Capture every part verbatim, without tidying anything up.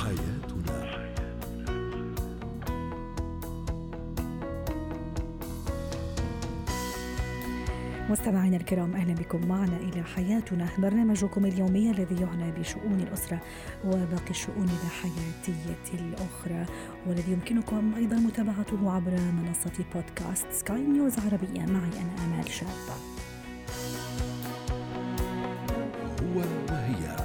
حياتنا. مستمعينا الكرام، أهلا بكم معنا إلى حياتنا، برنامجكم اليومي الذي يعنى بشؤون الأسرة وباقي الشؤون الحياتية الأخرى، والذي يمكنكم أيضا متابعته عبر منصة بودكاست سكاي نيوز عربية. معي أنا آمال شابة. هو وهي.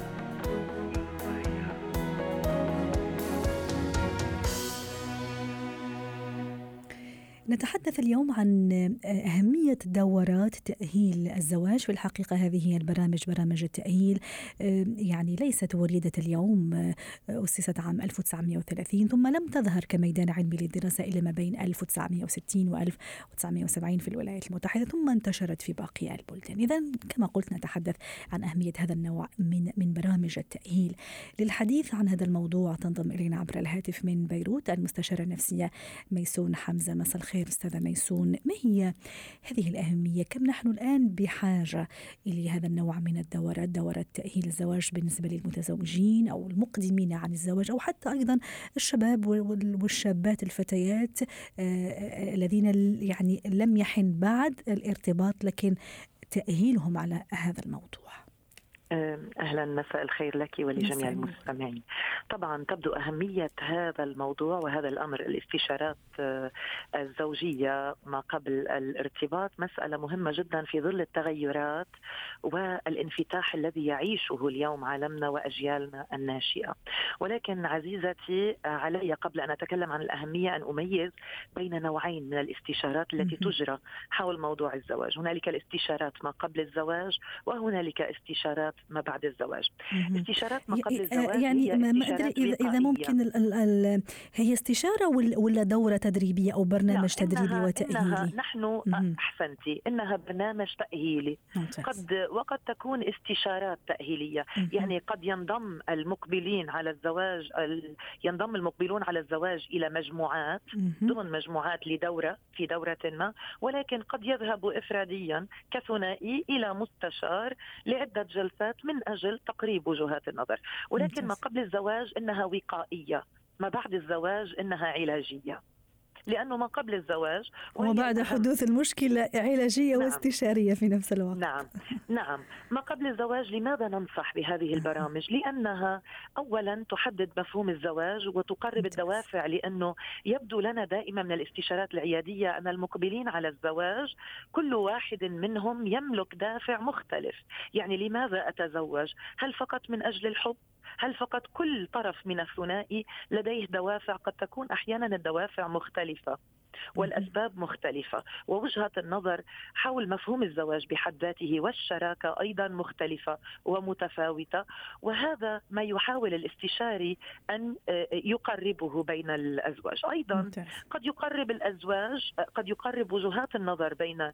نتحدث اليوم عن أهمية دورات تأهيل الزواج. في الحقيقة هذه هي البرامج، برامج التأهيل يعني ليست وليدة اليوم، أسست عام ألف وتسعمائة وثلاثين ثم لم تظهر كميدان علمي للدراسة إلا ما بين ألف وتسعمائة وستين وألف وتسعمائة وسبعين في الولايات المتحدة، ثم انتشرت في باقي البلدان. إذن كما قلت نتحدث عن أهمية هذا النوع من من برامج التأهيل. للحديث عن هذا الموضوع تنضم إلينا عبر الهاتف من بيروت المستشارة النفسية ميسون حمزة. مساء الخير أستاذة ميسون، ما هي هذه الأهمية؟ كم نحن الآن بحاجة إلى هذا النوع من الدورات، دورات تأهيل الزواج بالنسبة للمتزوجين أو المقدمين عن الزواج، أو حتى أيضا الشباب والشابات الفتيات الذين يعني لم يحن بعد الارتباط لكن تأهيلهم على هذا الموضوع؟ أهلا، مساء الخير لك ولجميع المستمعين. طبعا تبدو أهمية هذا الموضوع وهذا الأمر، الاستشارات الزوجية ما قبل الارتباط، مسألة مهمة جدا في ظل التغيرات والانفتاح الذي يعيشه اليوم عالمنا وأجيالنا الناشئة. ولكن عزيزتي، علي قبل أن أتكلم عن الأهمية أن أميز بين نوعين من الاستشارات التي تجرى حول موضوع الزواج. هنالك الاستشارات ما قبل الزواج، وهنالك استشارات ما بعد الزواج. استشارات ما قبل الزواج يعني ما أدري إذا, إذا ممكن ال ال ال هي استشارة ولا دورة تدريبية أو برنامج تدريبي إنها وتأهيلي؟ إنها نحن أحسنتي إنها برنامج تأهيلي. قد وقد تكون استشارات تأهيلية. يعني قد ينضم المقبلين على الزواج ينضم المقبلون على الزواج إلى مجموعات ضمن مجموعات لدورة في دورة ما، ولكن قد يذهبوا إفراديا كثنائي إلى مستشار لعدة جلسات من أجل تقريب وجهات النظر. ولكن ما قبل الزواج إنها وقائية، ما بعد الزواج إنها علاجية. لأنه ما قبل الزواج وبعد حدوث المشكلة علاجية نعم. واستشارية في نفس الوقت. نعم نعم ما قبل الزواج لماذا ننصح بهذه البرامج؟ لأنها أولا تحدد مفهوم الزواج وتقرب الدوافع، لأنه يبدو لنا دائما من الاستشارات العيادية أن المقبلين على الزواج كل واحد منهم يملك دافع مختلف. يعني لماذا أتزوج؟ هل فقط من أجل الحب؟ هل فقط كل طرف من الثنائي لديه دوافع؟ قد تكون أحيانا الدوافع مختلفة والأسباب مختلفة، ووجهة النظر حول مفهوم الزواج بحد ذاته والشراكة أيضا مختلفة ومتفاوتة. وهذا ما يحاول الاستشاري أن يقربه بين الأزواج. أيضا قد يقرب الأزواج قد يقرب وجهات النظر بين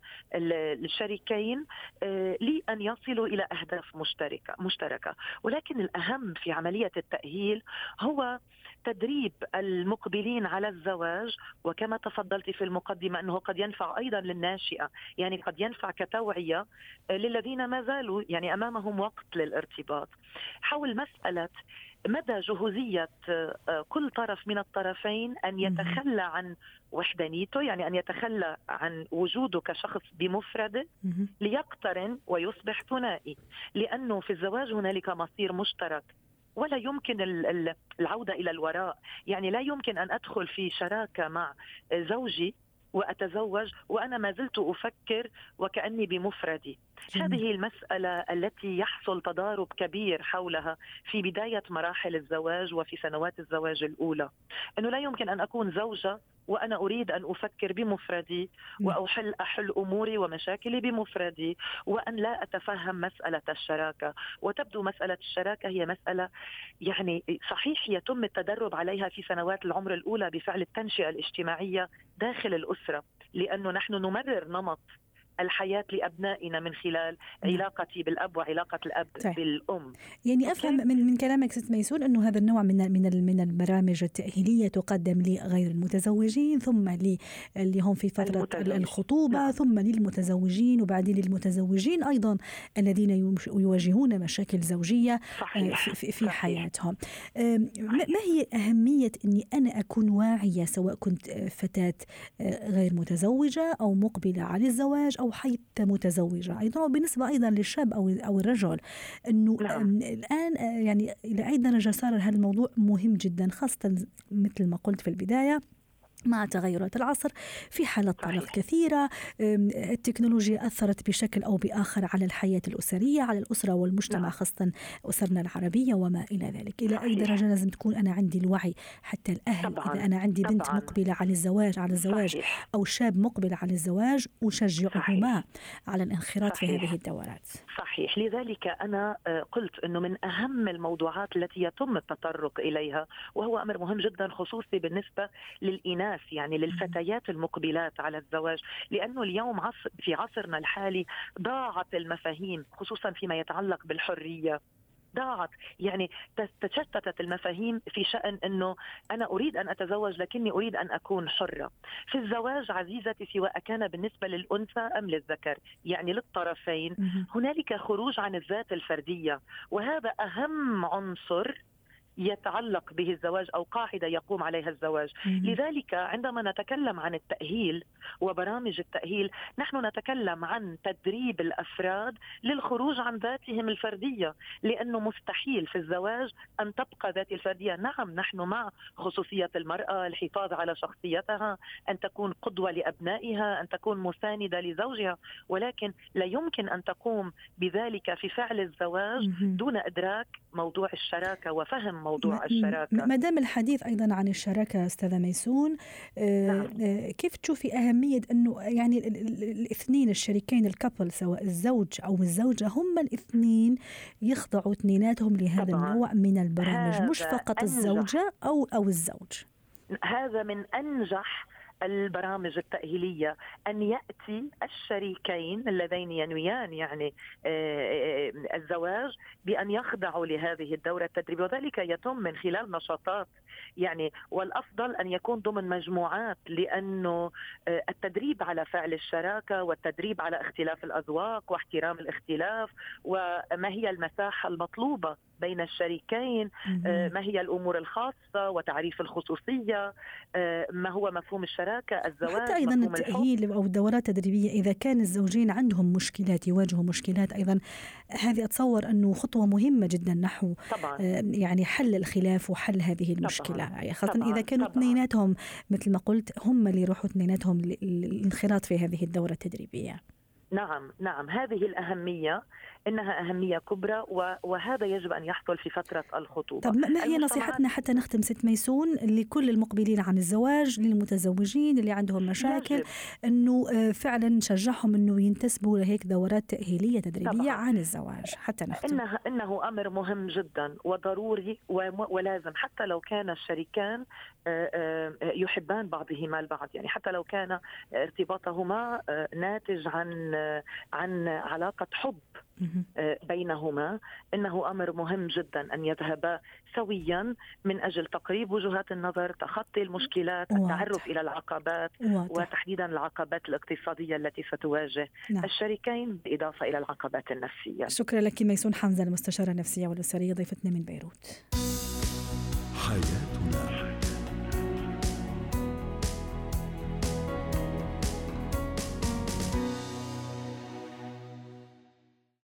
الشريكين لأن يصلوا إلى أهداف مشتركة مشتركة ولكن الأهم في عملية التأهيل هو تدريب المقبلين على الزواج. وكما تفضلت في المقدمة أنه قد ينفع أيضا للناشئة، يعني قد ينفع كتوعية للذين ما زالوا يعني أمامهم وقت للارتباط، حول مسألة مدى جهوزية كل طرف من الطرفين أن يتخلى عن وحدانيته، يعني أن يتخلى عن وجوده كشخص بمفرده ليقترن ويصبح ثنائي. لأنه في الزواج هنالك مصير مشترك ولا يمكن العودة إلى الوراء. يعني لا يمكن أن أدخل في شراكة مع زوجي وأتزوج وأنا ما زلت أفكر وكأني بمفردي. هذه المسألة التي يحصل تضارب كبير حولها في بداية مراحل الزواج وفي سنوات الزواج الأولى، أنه لا يمكن أن أكون زوجة وأنا أريد أن أفكر بمفردي وأحل أحل أموري ومشاكلي بمفردي، وأن لا أتفهم مسألة الشراكة. وتبدو مسألة الشراكة هي مسألة يعني صحيح يتم التدرب عليها في سنوات العمر الأولى بفعل التنشئة الاجتماعية داخل الأسرة، لأنه نحن نمرر نمط الحياة لأبنائنا من خلال علاقتي بالأب وعلاقة الأب طيب. بالأم. يعني أفهم من من كلامك ست ميسون أنه هذا النوع من من من البرامج التأهيلية تقدم لغير المتزوجين، ثم اللي هم في فترة المتزوج. الخطوبة، نعم. ثم للمتزوجين، وبعدين للمتزوجين أيضا الذين يواجهون مشاكل زوجية صحيح. في, في صحيح. حياتهم. ما هي أهمية أني أنا أكون واعية سواء كنت فتاة غير متزوجة أو مقبلة على الزواج أو حتى متزوجة أيضا، وبالنسبة أيضا للشاب أو أو الرجل، إنه نعم. الآن يعني إلى أي درجة صار هذا الموضوع مهم جدا، خاصة مثل ما قلت في البداية مع تغيرات العصر، في حالات طلاق كثيرة، التكنولوجيا أثرت بشكل أو بآخر على الحياة الأسرية، على الأسرة والمجتمع، نعم. خاصة أسرنا العربية وما إلى ذلك. إلى أي درجة لازم تكون أنا عندي الوعي، حتى الأهل طبعاً. إذا أنا عندي بنت طبعاً. مقبلة على الزواج على الزواج صحيح. أو شاب مقبل على الزواج، أشجعهما على الانخراط صحيح. في هذه الدورات. صحيح. لذلك أنا قلت أنه من أهم الموضوعات التي يتم التطرق إليها، وهو أمر مهم جدا خصوصي بالنسبة للإناث، يعني للفتيات المقبلات على الزواج، لأنه اليوم عصر في عصرنا الحالي ضاعت المفاهيم، خصوصا فيما يتعلق بالحرية، ضاعت، يعني تشتتت المفاهيم في شأن أنه أنا أريد أن أتزوج لكني أريد أن أكون حرة. في الزواج عزيزتي سواء كان بالنسبة للأنثى أم للذكر، يعني للطرفين، هنالك خروج عن الذات الفردية، وهذا أهم عنصر يتعلق به الزواج أو قاعدة يقوم عليها الزواج. لذلك عندما نتكلم عن التأهيل وبرامج التأهيل، نحن نتكلم عن تدريب الأفراد للخروج عن ذاتهم الفردية، لأنه مستحيل في الزواج أن تبقى ذات الفردية. نعم نحن مع خصوصية المرأة، الحفاظ على شخصيتها، أن تكون قدوة لأبنائها، أن تكون مساندة لزوجها، ولكن لا يمكن أن تقوم بذلك في فعل الزواج دون إدراك موضوع الشراكة وفهم موضوع الشراكة. ما دام الحديث أيضا عن الشراكة أستاذة ميسون، نعم. كيف تشوفي أهمية أنه يعني الاثنين الشريكين الكابل سواء الزوج أو الزوجة هم الاثنين يخضعوا اثنيناتهم لهذا طبعا. النوع من البرامج، مش فقط أنجح. الزوجة أو أو الزوج. هذا من أنجح البرامج التأهيلية، أن يأتي الشريكين اللذين ينويان يعني الزواج بأن يخضعوا لهذه الدورة التدريبية، وذلك يتم من خلال نشاطات، يعني والأفضل أن يكون ضمن مجموعات، لأنه التدريب على فعل الشراكة والتدريب على اختلاف الأذواق واحترام الاختلاف، وما هي المساحة المطلوبة بين الشريكين، ما هي الأمور الخاصة وتعريف الخصوصية، ما هو مفهوم الشراكة، الزواج، حتى أيضا التأهيل أو الدورات التدريبية إذا كان الزوجين عندهم مشكلات، يواجهوا مشكلات، أيضا هذه أتصور أنه خطوة مهمة جدا نحو طبعاً. يعني حل الخلاف وحل هذه المشكلة، طبعاً. خاصة طبعاً. إذا كانوا اثنيناتهم مثل ما قلت هم اللي يروحوا اثنيناتهم للانخراط في هذه الدورة التدريبية. نعم نعم هذه الأهمية، إنها أهمية كبرى، وهذا يجب أن يحصل في فترة الخطوبة. طب ما هي نصيحتنا حتى نختم ست ميسون لكل المقبلين عن الزواج، للمتزوجين اللي عندهم مشاكل، يجب. أنه فعلا نشجعهم أنه ينتسبوا لهيك دورات تأهيلية تدريبية طبعا. عن الزواج حتى نختم. إنه, إنه أمر مهم جدا وضروري ولازم، حتى لو كان الشريكان يحبان بعضهما البعض، يعني حتى لو كان ارتباطهما ناتج عن عن علاقة حب بينهما، إنه أمر مهم جدا أن يذهبا سويا من أجل تقريب وجهات النظر، تخطي المشكلات، واضح. التعرف إلى العقبات، واضح. وتحديدا العقبات الاقتصادية التي ستواجه نعم. الشريكين، بالإضافة إلى العقبات النفسية. شكرا لك ميسون حمزة، المستشارة النفسية والأسرية، ضيفتنا من بيروت. حياتنا.